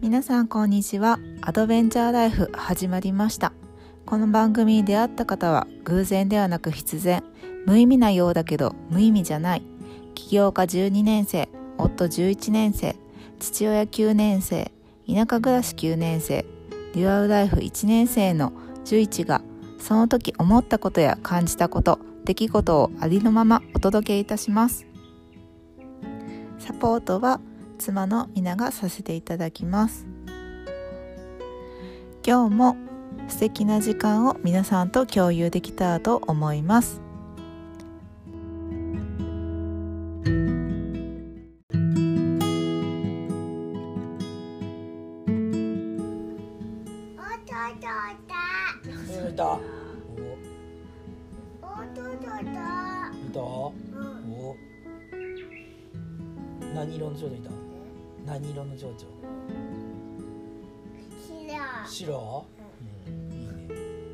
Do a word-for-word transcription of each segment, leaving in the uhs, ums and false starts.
皆さんこんにちは。アドベンチャーライフ始まりました。この番組に出会った方は偶然ではなく必然、無意味なようだけど無意味じゃない。起業家じゅうにねん生、夫じゅういちねん生、父親きゅうねん生、田舎暮らしきゅうねん生、デュアルライフいちねん生のじゅういちがその時思ったことや感じたこと、出来事をありのままお届けいたします。サポートは妻のみながさせていただきます。今日も素敵な時間を皆さんと共有できたらと思います。 何色の蝶々いた？何色の蝶々？白。白？うん、いいね。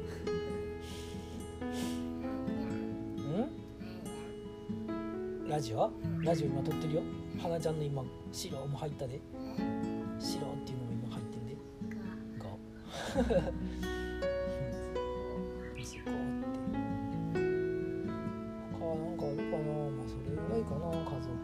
うん？ラジオ？ラジオ今撮ってるよ。花ちゃんの今白も入ったで。白っていうのも今入ってんで。が。すごいって。他なんかあるかな。まあそれぐらいかな。家族。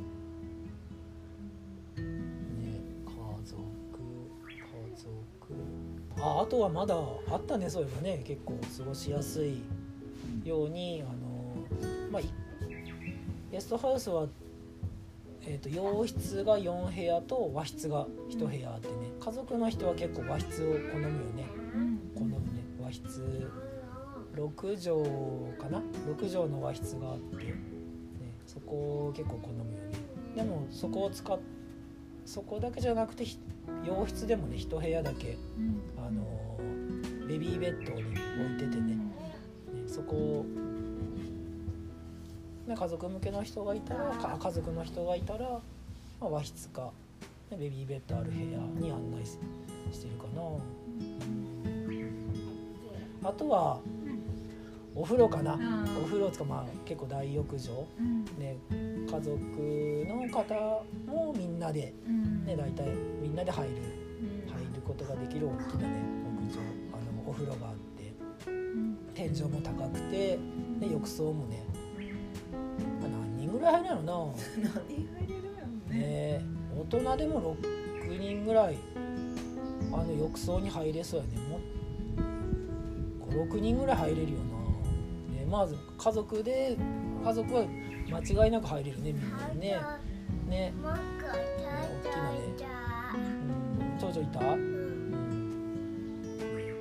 あ, あとはまだあったね。そういえばね、結構過ごしやすいように、あの、まあ、ゲストハウスは、えーと、洋室がよん部屋と和室がいち部屋あってね、家族の人は結構和室を好むよね。好むね。和室ろく畳かな、ろく畳の和室があって、ね、そこを結構好むよね。でもそこを使っそこだけじゃなくて洋室でもね、一部屋だけ、うん、あのベビーベッドに置いてて ね, ねそこを、ね、家族向けの人がいたら家族の人がいたら、まあ、和室か、ね、ベビーベッドある部屋に案内してるかな、うん、あとはお風呂かな。お風呂つか、まあ結構大浴場、うんね、家族の方もみんなで、ね、大体みんなで入る、入ることができる大きなね浴場、あのお風呂があって、天井も高くて、で浴槽もね、まあ、何人ぐらい入るのな。 何人入れるよね。 ね、大人でもろくにんぐらいあの浴槽に入れそうやね。もうご、ろくにんぐらい入れるよな。まず家族で家族は間違いなく入れるね、みんなでね。ね、大きなね。うん、長女いた？うん、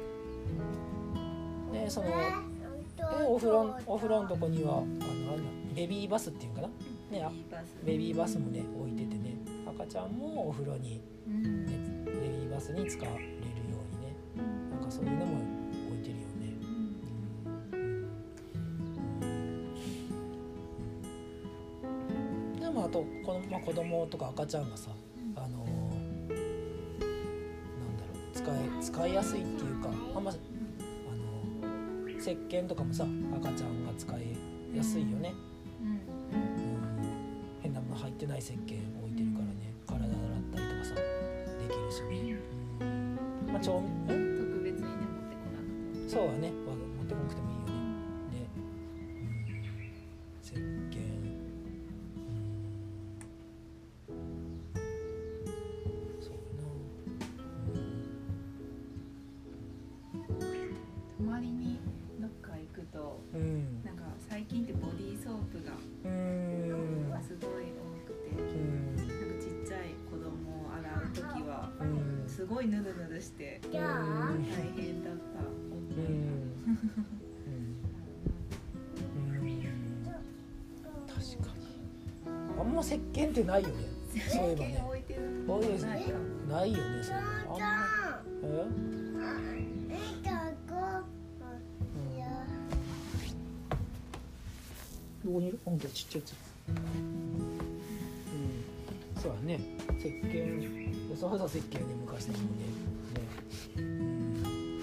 ね、そのでお風呂お風呂のとこにはあのベビーバスっていうかな、ね、ベビーバスもね置いててね、赤ちゃんもお風呂に、ね、ベビーバスに使われるようにね、なんかそういうのも置いてるよね。あとこの、まあ、子供とか赤ちゃんがさ、あのー、なんだろう、使い使いやすいっていうか、あんま、あのー、石鹸とかもさ、赤ちゃんが使いやすいよね。うんうん、変なもの入ってない石鹸置いてるからね、体洗ったりとかさできるしね。うん、まあ、調味特別にね持ってこなくて、そうはね、持ってこなくてもいいよね。で、うん、石鹸。 周りにどっか行くと、うん、なんか最近ってボディーソープが、うん、すごい多くて、うん、なんかちっちゃい子供を洗うときは、うん、すごいヌルヌルして、うん、大変だった。うんうんうん、確かにあんま石鹸ってないよね。そういえばね、置いてるのないかも。ないよね、それあんま。えどこにいる？ほんとちっちゃいやつ、うん、そうだね。石鹸、わざわざ石鹸で昔的にね、ね、うん、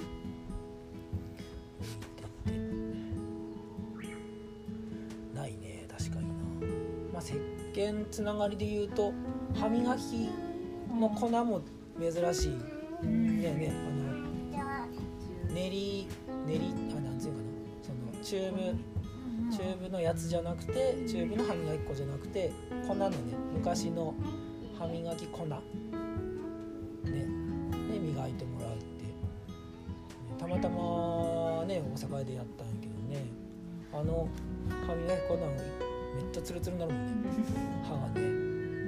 ないね、確かにな。まあ石鹸つながりで言うと、歯磨きの粉も珍しいねねあの練り練りあなんていうかなそのチューブチューブのやつじゃなくてチューブの歯磨き粉じゃなくて粉のね昔の歯磨き粉ねで磨いてもらうってたまたまね大阪でやったんやけどねあの歯磨き粉なのめっちゃツルツルになるもんね歯がね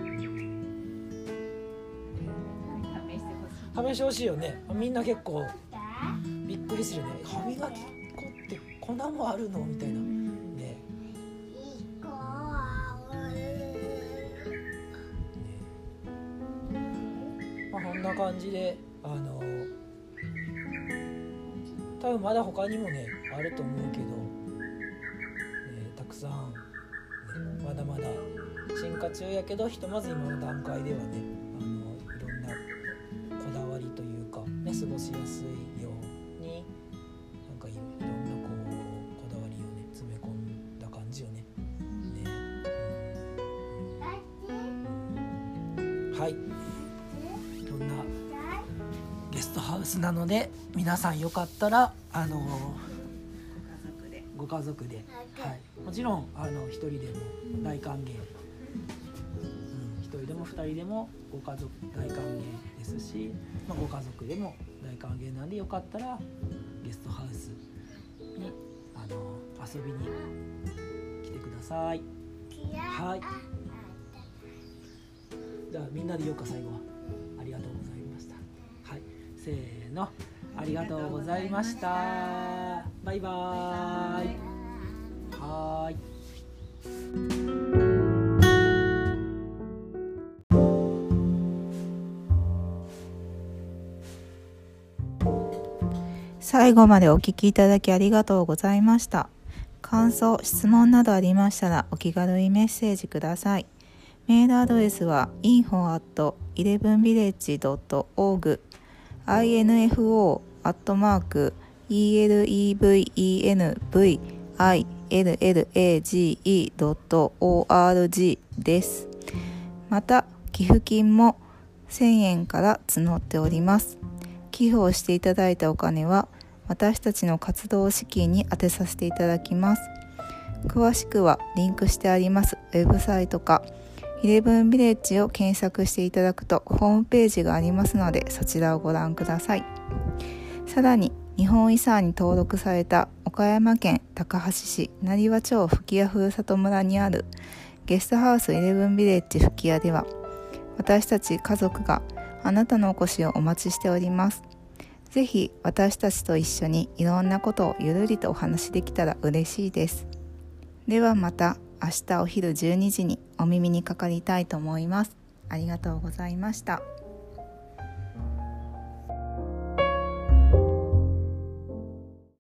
試してほしいよねみんな結構びっくりするよね歯磨き粉って粉もあるのみたいなねまあこんな感じであの多分まだ他にもねあると思うけど、ね、たくさん、ね、まだまだ進化中やけどひとまず今の段階ではねあのいろんなこだわりというか、ね、過ごしやすいようになんかいろんなこうこだわりをね詰め込んだ感じよね。ね、うん、はい。そんなゲストハウスなので皆さんよかったらあのご家族で、はい、もちろんあの一人でも大歓迎、うん、一人でも二人でもご家族大歓迎ですし、まあ、ご家族でも大歓迎なんでよかったらゲストハウスにあの遊びに来てください。はい。じゃあみんなで言おうか最後はありがとうございました。はい。せーのありがとうございました。バイバーイ。はーい。 最後までお聞きいただきありがとうございました。感想、質問などありましたらお気軽にメッセージください。メールアドレスは インフォ アット イレブンビレッジ ドット オーグ インフォ アットマーク イレブンビレッジ ドット オーアールジー です。また寄付金もせんえんから募っております。寄付をしていただいたお金は私たちの活動資金に充てさせていただきます。詳しくはリンクしてありますウェブサイトかイレブンビレッジを検索していただくとホームページがありますのでそちらをご覧ください。さらに日本遺産に登録された岡山県高梁市成羽町吹屋ふるさと村にあるゲストハウスイレブンビレッジ吹屋では私たち家族があなたのお越しをお待ちしております。ぜひ私たちと一緒にいろんなことをゆるりとお話できたら嬉しいです。ではまた明日お昼じゅうにじにお耳にかかりたいと思います。ありがとうございました。